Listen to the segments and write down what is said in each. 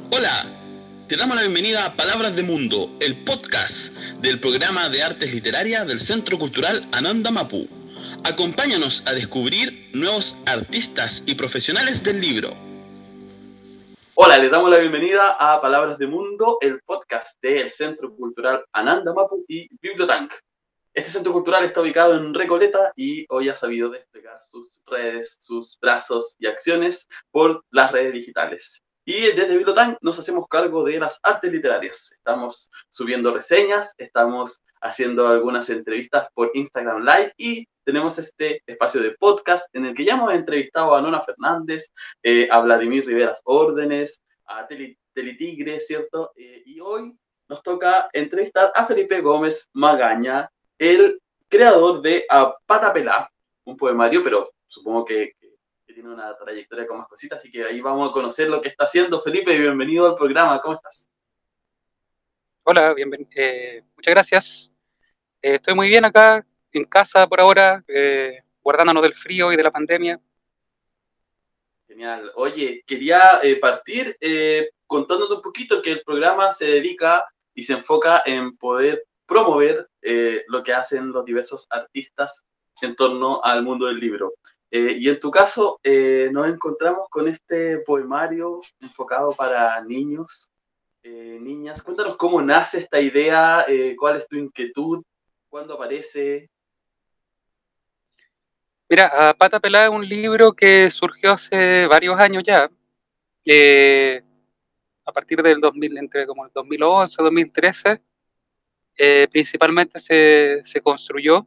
Hola, te damos la bienvenida a Palabras de Mundo, el podcast del programa de artes literarias del Centro Cultural Ananda Mapu. Acompáñanos a descubrir nuevos artistas y profesionales del libro. Hola, les damos la bienvenida a Palabras de Mundo, el podcast del Centro Cultural Ananda Mapu y Bibliotank. Este centro cultural está ubicado en Recoleta y hoy ha sabido desplegar sus redes, sus brazos y acciones por las redes digitales. Y desde Bibliotank nos hacemos cargo de las artes literarias. Estamos subiendo reseñas, estamos haciendo algunas entrevistas por Instagram Live y tenemos este espacio de podcast en el que ya hemos entrevistado a Nona Fernández, a Vladimir Riveras Órdenes, a Telitigre, ¿cierto? Y hoy nos toca entrevistar a Felipe Gómez Magaña, el creador de A Pata Pelá, un poemario, pero supongo que tiene una trayectoria con más cositas, así que ahí vamos a conocer lo que está haciendo. Felipe, bienvenido al programa, ¿cómo estás? Hola, muchas gracias. Estoy muy bien acá, en casa por ahora, guardándonos del frío y de la pandemia. Genial. Oye, quería partir contándote un poquito que el programa se dedica y se enfoca en poder promover lo que hacen los diversos artistas en torno al mundo del libro. Y en tu caso, nos encontramos con este poemario enfocado para niños, niñas. Cuéntanos cómo nace esta idea, cuál es tu inquietud, cuándo aparece. Mira, A Pata Pelada es un libro que surgió hace varios años ya, a partir del 2000, entre como el 2011, 2013, principalmente se construyó.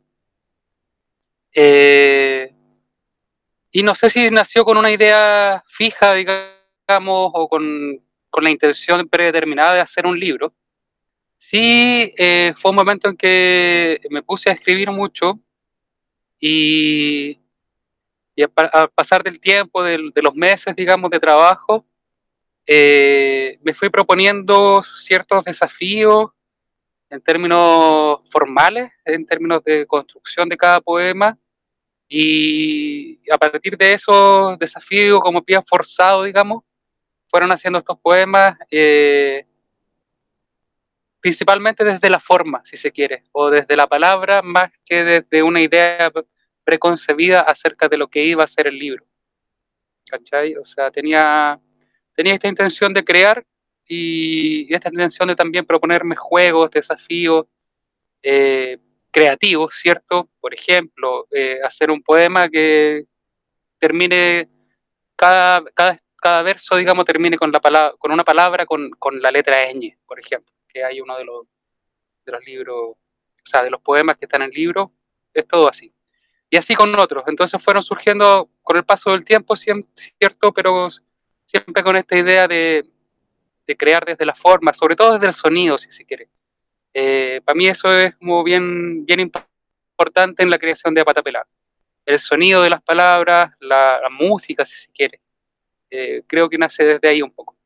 Eh, y no sé si nació con una idea fija, digamos, o con la intención predeterminada de hacer un libro. Sí, fue un momento en que me puse a escribir mucho y, al pasar del tiempo, de los meses, digamos, de trabajo, me fui proponiendo ciertos desafíos en términos formales, en términos de construcción de cada poema, y a partir de esos desafíos, como pie forzado, digamos, fueron haciendo estos poemas, principalmente desde la forma, si se quiere, o desde la palabra, más que desde una idea preconcebida acerca de lo que iba a ser el libro. ¿Cachai? O sea, tenía esta intención de crear y esta intención de también proponerme juegos, desafíos eh, creativos, ¿cierto? Por ejemplo, hacer un poema que termine, cada verso, digamos, termine con, con una palabra con la letra ñ, por ejemplo, que hay uno de los libros, o sea, de los poemas que están en el libro, es todo así. Y así con otros. Entonces fueron surgiendo con el paso del tiempo, cierto, pero siempre con esta idea de crear desde la forma, sobre todo desde el sonido, si se quiere. Para mí eso es como bien importante en la creación de Patapelá. El sonido de las palabras, la música, si se quiere. Creo que nace desde ahí un poco.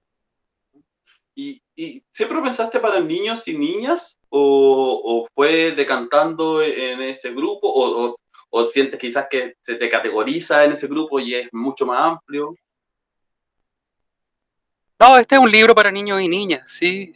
¿Y siempre pensaste para niños y niñas? ¿O fue decantando en ese grupo? ¿O sientes quizás que se te categoriza en ese grupo y es mucho más amplio? No, este es un libro para niños y niñas, ¿sí?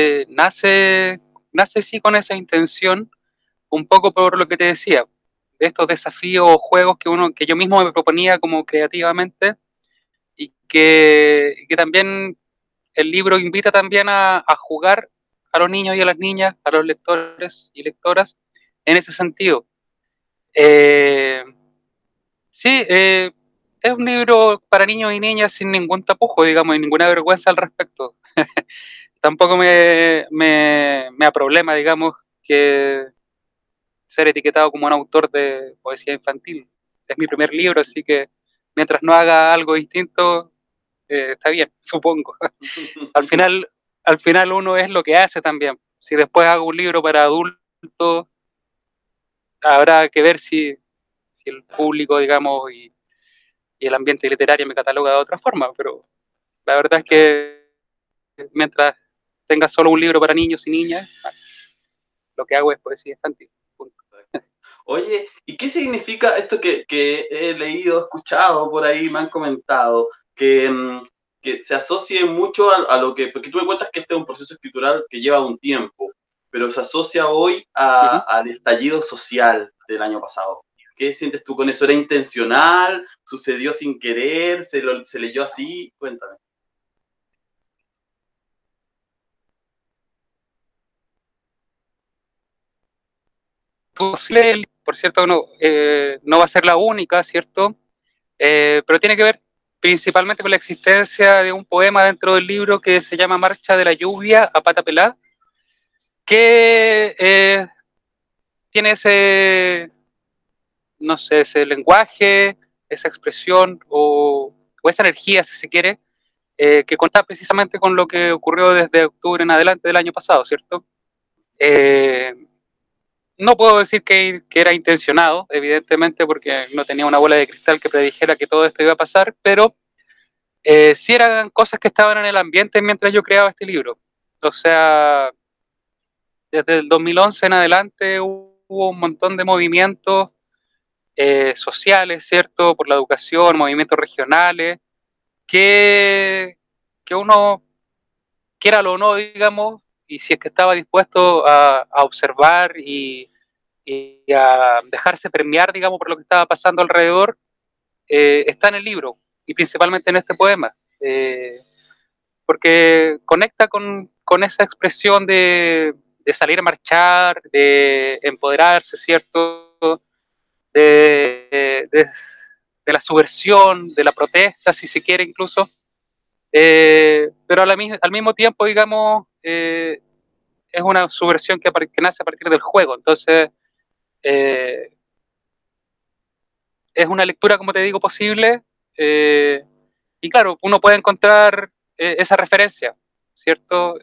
Nace sí con esa intención, un poco por lo que te decía, de estos desafíos o juegos que yo mismo me proponía como creativamente y que también el libro invita también a jugar a los niños y a las niñas, a los lectores y lectoras en ese sentido. Eh, sí, es un libro para niños y niñas sin ningún tapujo, digamos, y ninguna vergüenza al respecto. Tampoco me aproblema, digamos, que ser etiquetado como un autor de poesía infantil. Es mi primer libro, así que mientras no haga algo distinto, está bien, supongo. Al final, al final uno es lo que hace también. Si después hago un libro para adultos, habrá que ver si el público, digamos, y el ambiente literario me cataloga de otra forma, pero la verdad es que mientras tenga solo un libro para niños y niñas, lo que hago es poesía infantil. Punto. Oye, ¿y qué significa esto que he leído, escuchado por ahí, me han comentado? Que que se asocie mucho a lo que, porque tú me cuentas que este es un proceso escritural que lleva un tiempo, pero se asocia hoy Ujú. al estallido social del año pasado. ¿Qué sientes tú con eso? ¿Era intencional? ¿Sucedió sin querer? ¿Se leyó así? Cuéntame. Por cierto, no, no va a ser la única, ¿cierto? Pero tiene que ver principalmente con la existencia de un poema dentro del libro que se llama Marcha de la Lluvia a Pata Pelá, que tiene ese, no sé, ese lenguaje, esa expresión o esa energía, si se quiere, que conecta precisamente con lo que ocurrió desde octubre en adelante del año pasado, ¿cierto? Eh, no puedo decir que era intencionado, evidentemente, porque no tenía una bola de cristal que predijera que todo esto iba a pasar, pero sí eran cosas que estaban en el ambiente mientras yo creaba este libro. O sea, desde el 2011 en adelante hubo un montón de movimientos sociales, ¿cierto? Por la educación, movimientos regionales, que, que uno, quiera o no, digamos, y si es que estaba dispuesto a observar y a dejarse premiar, digamos, por lo que estaba pasando alrededor, está en el libro y principalmente en este poema. Porque conecta con esa expresión de salir a marchar, de empoderarse, ¿cierto? De la subversión, de la protesta, si se quiere incluso, pero al mismo tiempo, digamos, es una subversión que nace a partir del juego, entonces eh, es una lectura, como te digo, posible, eh, y claro, uno puede encontrar esa referencia, ¿cierto?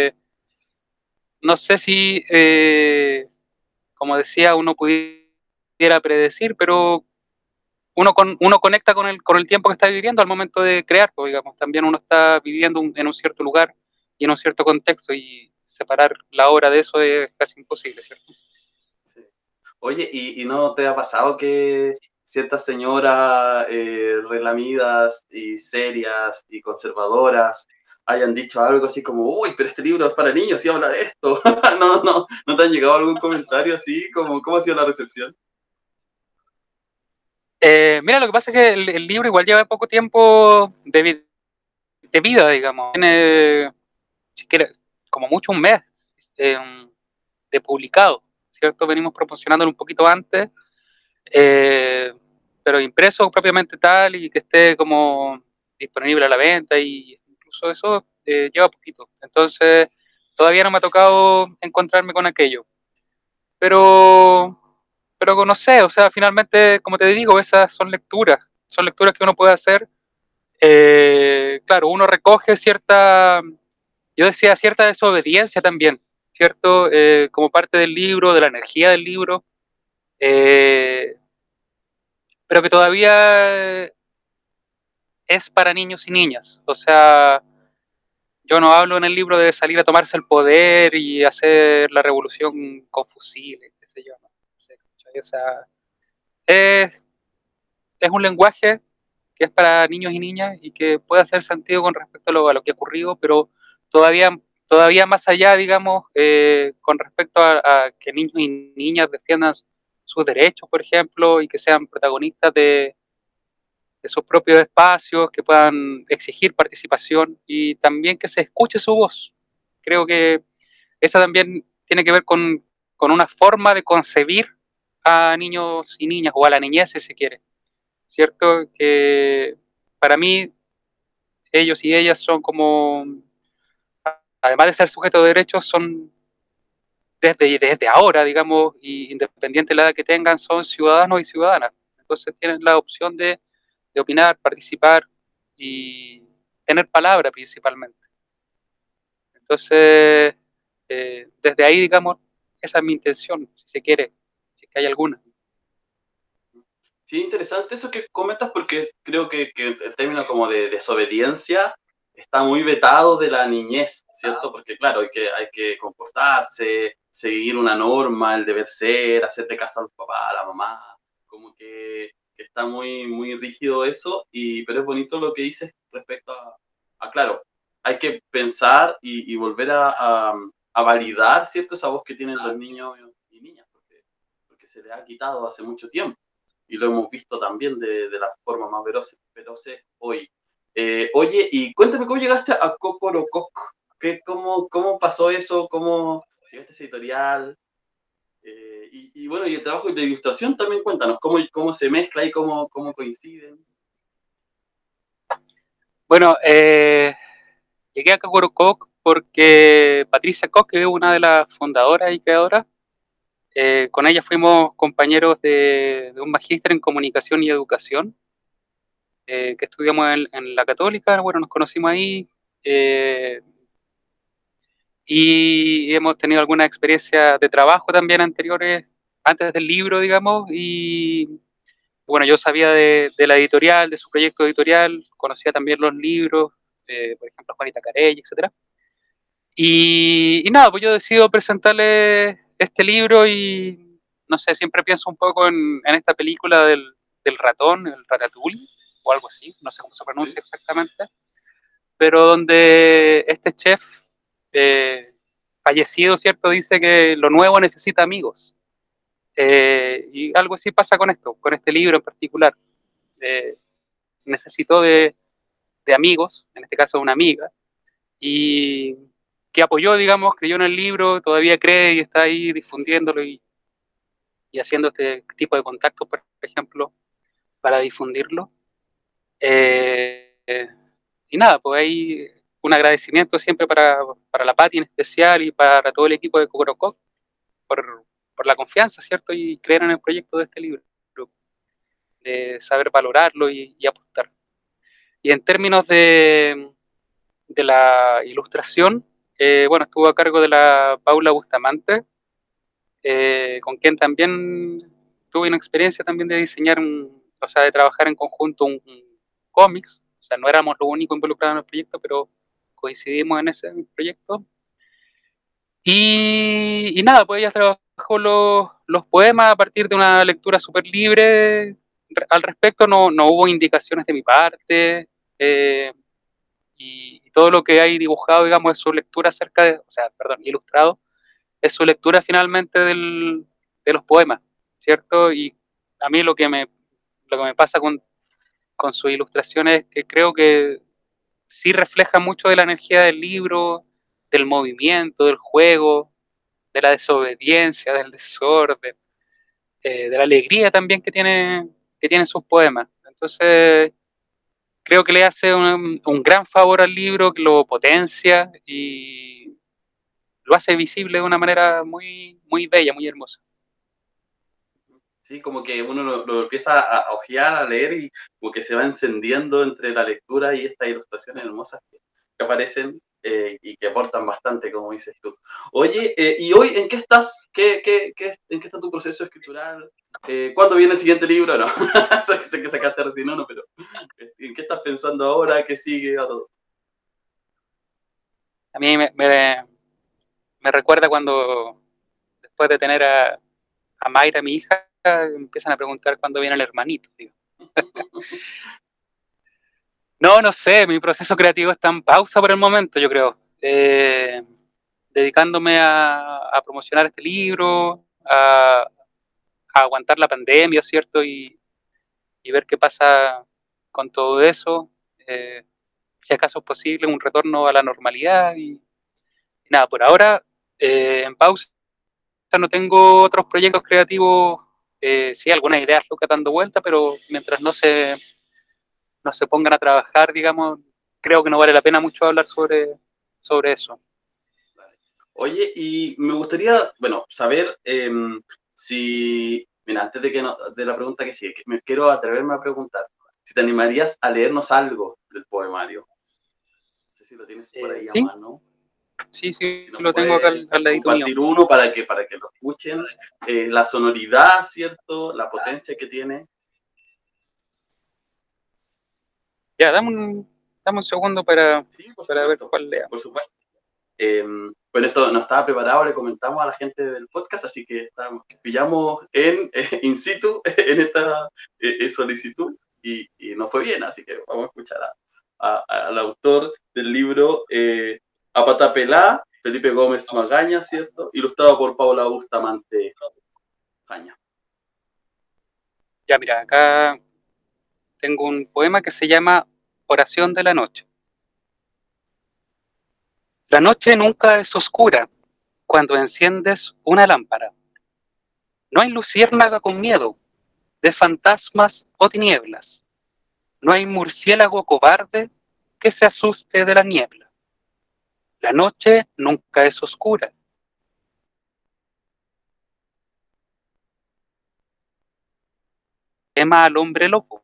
No sé si, como decía, uno pudiera predecir, pero uno conecta con el tiempo que está viviendo al momento de crear, pues, digamos, también uno está viviendo en un cierto lugar y en un cierto contexto y separar la obra de eso es casi imposible, ¿cierto? Sí. Oye, ¿y no te ha pasado que ciertas señoras relamidas y serias y conservadoras hayan dicho algo así como, uy, pero este libro es para niños y habla de esto? ¿No te han llegado algún comentario así? Como, ¿cómo ha sido la recepción? Mira, lo que pasa es que el libro igual lleva poco tiempo de vida, digamos. Tiene, si quiere, como mucho un mes eh, de publicado, ¿cierto? Venimos proporcionándolo un poquito antes, eh, pero impreso propiamente tal y que esté como disponible a la venta y incluso eso lleva poquito. Entonces, todavía no me ha tocado encontrarme con aquello. Pero, pero no sé, o sea, finalmente, como te digo, esas son lecturas que uno puede hacer. Claro, uno recoge cierta, yo decía, cierta desobediencia también, ¿cierto? Como parte del libro, de la energía del libro, eh, pero que todavía es para niños y niñas. O sea, yo no hablo en el libro de salir a tomarse el poder y hacer la revolución con fusiles, qué sé yo, no sé, o sea, es, es un lenguaje que es para niños y niñas y que puede hacer sentido con respecto a lo que ha ocurrido, pero todavía, todavía más allá, digamos, con respecto a que niños y niñas defiendan sus derechos, por ejemplo, y que sean protagonistas de sus propios espacios, que puedan exigir participación y también que se escuche su voz. Creo que esa también tiene que ver con una forma de concebir a niños y niñas, o a la niñez, si se quiere, ¿cierto? Que para mí ellos y ellas son como, además de ser sujetos de derechos, son desde ahora, digamos, y independiente de la edad que tengan, son ciudadanos y ciudadanas. Entonces tienen la opción de opinar, participar y tener palabra principalmente. Entonces, desde ahí, digamos, esa es mi intención, si se quiere, si es que hay alguna. Sí, interesante eso que comentas porque creo que el término como de desobediencia está muy vetado de la niñez, ¿cierto? Porque claro, hay que comportarse, seguir una norma, el deber ser, hacerle caso al papá, a la mamá, como que está muy rígido eso, pero es bonito lo que dices respecto claro, hay que pensar y volver a validar, ¿cierto? Esa voz que tienen los niños y niñas, porque se les ha quitado hace mucho tiempo. Y lo hemos visto también de la forma más feroces hoy. Oye, y cuéntame cómo llegaste a Cocorococ. ¿Cómo pasó eso? ¿Cómo llegaste a ese editorial? Y bueno, y el trabajo de ilustración también, cuéntanos, cómo se mezcla y cómo coinciden. Bueno, llegué a Cocorococ porque Patricia Koch, que es una de las fundadoras y creadoras, con ella fuimos compañeros de un magíster en comunicación y educación, que estudiamos en la Católica. Bueno, nos conocimos ahí, y hemos tenido algunas experiencias de trabajo también anteriores, antes del libro, digamos, y bueno, yo sabía de la editorial, de su proyecto editorial, conocía también los libros, por ejemplo, Juanita Carey, etcétera. Y nada, pues yo decido presentarle este libro y no sé, siempre pienso un poco en esta película del ratón, el Ratatouille, o algo así, no sé cómo se pronuncia exactamente, pero donde este chef fallecido, ¿cierto?, dice que lo nuevo necesita amigos. Y algo así pasa con esto, con este libro en particular. Necesitó de amigos, en este caso una amiga, y que apoyó, digamos, creyó en el libro, todavía cree y está ahí difundiéndolo y haciendo este tipo de contactos, por ejemplo, para difundirlo. Y nada, pues ahí un agradecimiento siempre para la Pati en especial y para todo el equipo de Cocorococ por la confianza, ¿cierto? Y creer en el proyecto de este libro, de saber valorarlo y apostar. Y en términos de la ilustración, bueno, estuvo a cargo de la Paula Bustamante, con quien también tuve una experiencia también de diseñar, o sea, de trabajar en conjunto un cómics. O sea, no éramos los únicos involucrados en el proyecto, pero coincidimos en ese proyecto. Y nada, pues ella trabajó los poemas a partir de una lectura súper libre. Al respecto no hubo indicaciones de mi parte, y todo lo que hay dibujado, digamos, es su lectura acerca de, o sea, perdón, ilustrado, es su lectura finalmente de los poemas, ¿cierto? Y a mí lo que me pasa con sus ilustraciones es que creo que sí refleja mucho de la energía del libro, del movimiento, del juego, de la desobediencia, del desorden, de la alegría también que tienen sus poemas. Entonces, creo que le hace un gran favor al libro, que lo potencia y lo hace visible de una manera muy, muy bella, muy hermosa. Sí, como que uno lo empieza a ojear, a leer y como que se va encendiendo entre la lectura y estas ilustraciones hermosas que aparecen y que aportan bastante, como dices tú. Oye, ¿y hoy en qué estás? ¿En qué está tu proceso escritural? ¿Cuándo viene el siguiente libro? No, sé que sacaste recién uno, pero ¿en qué estás pensando ahora? ¿Qué sigue? A todo. A mí me recuerda cuando, después de tener a Mayra, mi hija, empiezan a preguntar cuándo viene el hermanito. Digo. No sé, mi proceso creativo está en pausa por el momento, yo creo. Dedicándome a promocionar este libro, a aguantar la pandemia, ¿cierto? Y ver qué pasa con todo eso. Si acaso es posible un retorno a la normalidad. Y nada, por ahora, en pausa, no tengo otros proyectos creativos. Sí, algunas ideas locas dando vuelta, pero mientras no se pongan a trabajar, digamos, creo que no vale la pena mucho hablar sobre eso. Oye, y me gustaría, bueno, saber si, mira, antes de la pregunta que sigue, me quiero atreverme a preguntar, si te animarías a leernos algo del poemario. No sé si lo tienes por ahí a Sí, mano. sí, Si sí, nos lo tengo acá puedes al ladito mío. compartir uno para que lo escuchen, la sonoridad, ¿cierto? La potencia que tiene. Ya, dame un segundo Sí, por para ver supuesto, cuál lea. por supuesto. Bueno, esto no estaba preparado, le comentamos a la gente del podcast, así que pillamos in situ en esta solicitud y nos fue bien, así que vamos a escuchar al autor del libro A Pata Pelá, Felipe Gómez Magaña, ¿cierto? Ilustrado por Paula Bustamante Jaña. Ya, mira, acá tengo un poema que se llama Oración de la Noche. La noche nunca es oscura cuando enciendes una lámpara. No hay luciérnaga con miedo de fantasmas o tinieblas. No hay murciélago cobarde que se asuste de la niebla. La noche nunca es oscura. Tema al hombre loco.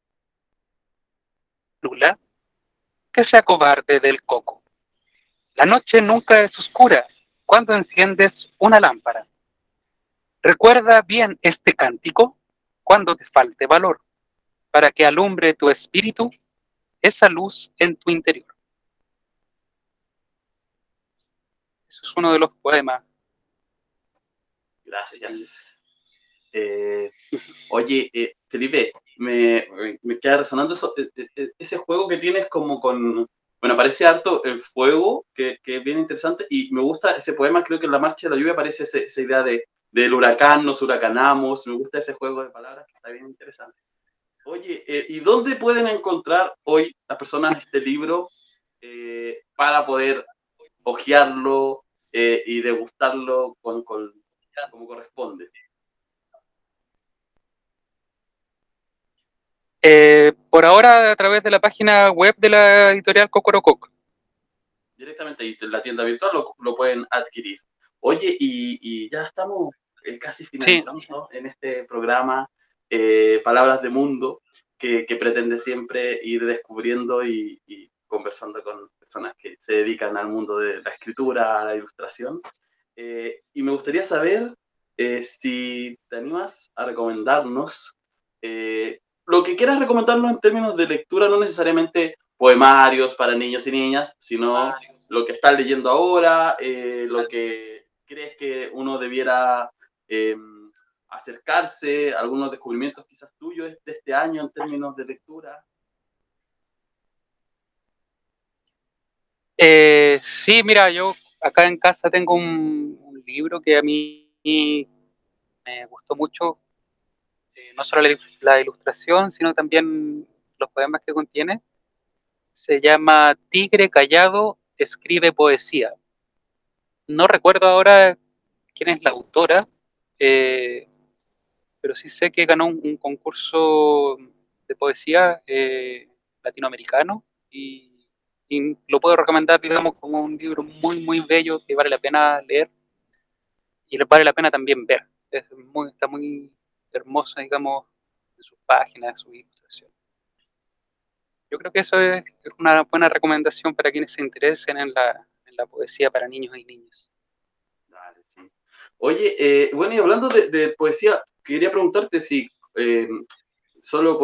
Lula, que sea cobarde del coco. La noche nunca es oscura cuando enciendes una lámpara. Recuerda bien este cántico cuando te falte valor, para que alumbre tu espíritu esa luz en tu interior. Eso es uno de los poemas. Gracias. Oye, Felipe, me queda resonando eso, ese juego que tienes como con... Bueno, aparece harto el fuego, que es bien interesante, y me gusta ese poema, creo que en La Marcha de la Lluvia aparece esa idea del huracán, nos huracanamos, me gusta ese juego de palabras que está bien interesante. Oye, ¿y dónde pueden encontrar hoy las personas este libro para poder hojearlo y degustarlo como corresponde? Por ahora a través de la página web de la editorial Cocorococ. Directamente ahí en la tienda virtual lo pueden adquirir. Oye, y ya estamos casi finalizando en este programa Palabras de Mundo, que pretende siempre ir descubriendo y conversando con personas que se dedican al mundo de la escritura, a la ilustración. Y me gustaría saber si te animas a recomendarnos lo que quieras recomendarnos en términos de lectura, no necesariamente poemarios para niños y niñas, sino lo que estás leyendo ahora, lo que crees que uno debiera acercarse, algunos descubrimientos quizás tuyos de este año en términos de lectura. Sí, mira, yo acá en casa tengo un libro que a mí me gustó mucho, no solo la ilustración, sino también los poemas que contiene. Se llama Tigre Callado escribe poesía. No recuerdo ahora quién es la autora, eh, pero sí sé que ganó un concurso de poesía latinoamericano y lo puedo recomendar, digamos, como un libro muy, muy bello que vale la pena leer y vale la pena también ver. Está muy hermosa, digamos, en sus páginas, su ilustración. Yo creo que eso es una buena recomendación para quienes se interesen en la poesía para niños y niñas. Dale, sí. Oye, bueno, y hablando de poesía, quería preguntarte si solo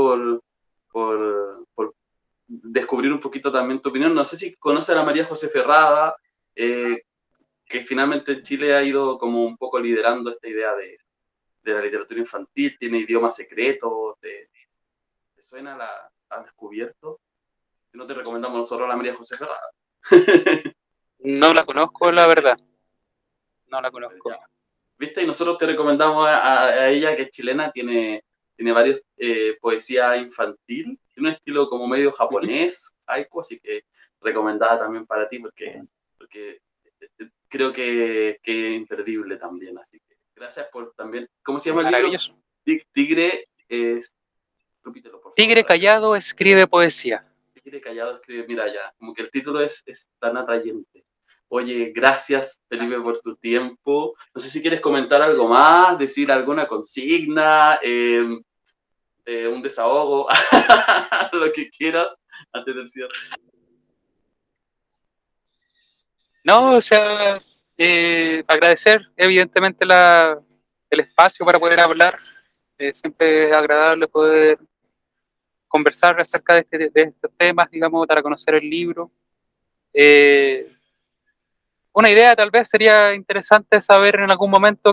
por descubrir un poquito también tu opinión, no sé si conoces a la María José Ferrada, que finalmente en Chile ha ido como un poco liderando esta idea de la literatura infantil, tiene idiomas secretos, ¿te suena? ¿La has descubierto? Si no, te recomendamos nosotros a la María José Ferrada. No la conozco, la verdad. No la conozco. Ya. ¿Viste? Y nosotros te recomendamos a ella, que es chilena, tiene varios poesía infantil, tiene un estilo como medio japonés, haiku, así que recomendada también para ti, porque creo que es imperdible también, así que gracias por también. ¿Cómo se llama el libro? Maravilloso. Tigre, repítelo por favor. Tigre Callado escribe poesía. Tigre Callado escribe, mira ya, como que el título es tan atrayente. Oye, gracias Felipe por tu tiempo. No sé si quieres comentar algo más, decir alguna consigna, un desahogo, lo que quieras antes del cierre. No, o sea, agradecer evidentemente el espacio para poder hablar. Siempre es agradable poder conversar acerca de estos temas, digamos, para conocer el libro. Una idea tal vez sería interesante saber en algún momento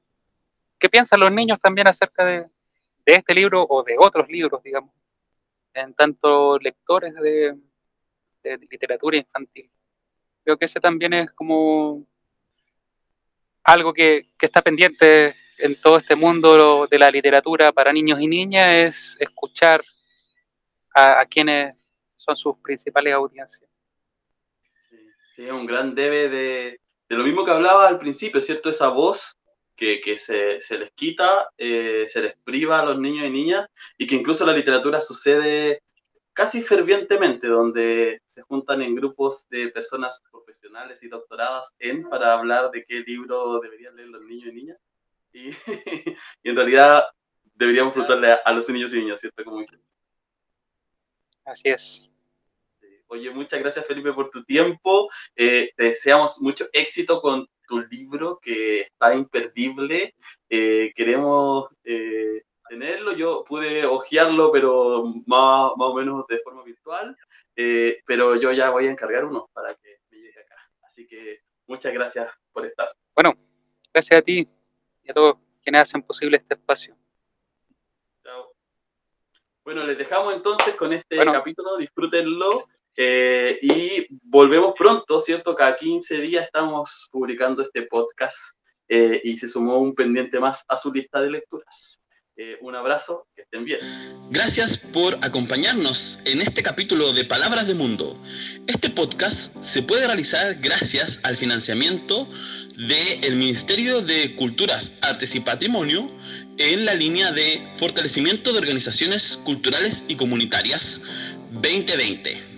qué piensan los niños también acerca de este libro o de otros libros, digamos. en tanto lectores de literatura infantil. Creo que ese también es como algo que está pendiente en todo este mundo de la literatura para niños y niñas, es escuchar a quienes son sus principales audiencias. Sí, es un gran debe de lo mismo que hablaba al principio, ¿cierto? Esa voz que se les quita, se les priva a los niños y niñas, y que incluso la literatura sucede casi fervientemente, donde se juntan en grupos de personas profesionales y doctoradas para hablar de qué libro deberían leer los niños y niñas. Y, y en realidad deberíamos preguntarle a los niños y niñas, ¿cierto? Como dicen. Así es. Oye, muchas gracias, Felipe, por tu tiempo. Te deseamos mucho éxito con tu libro, que está imperdible. Queremos tenerlo. Yo pude hojearlo, pero más o menos de forma virtual. Pero yo ya voy a encargar uno para que me llegue acá. Así que muchas gracias por estar. Bueno, gracias a ti y a todos quienes hacen posible este espacio. Chao. Bueno, les dejamos entonces con este capítulo. Disfrútenlo. Y volvemos pronto, ¿cierto? Cada 15 días estamos publicando este podcast y se sumó un pendiente más a su lista de lecturas. Un abrazo, que estén bien. Gracias por acompañarnos en este capítulo de Palabras de Mundo. Este podcast se puede realizar gracias al financiamiento del Ministerio de Culturas, Artes y Patrimonio en la línea de fortalecimiento de organizaciones culturales y comunitarias 2020.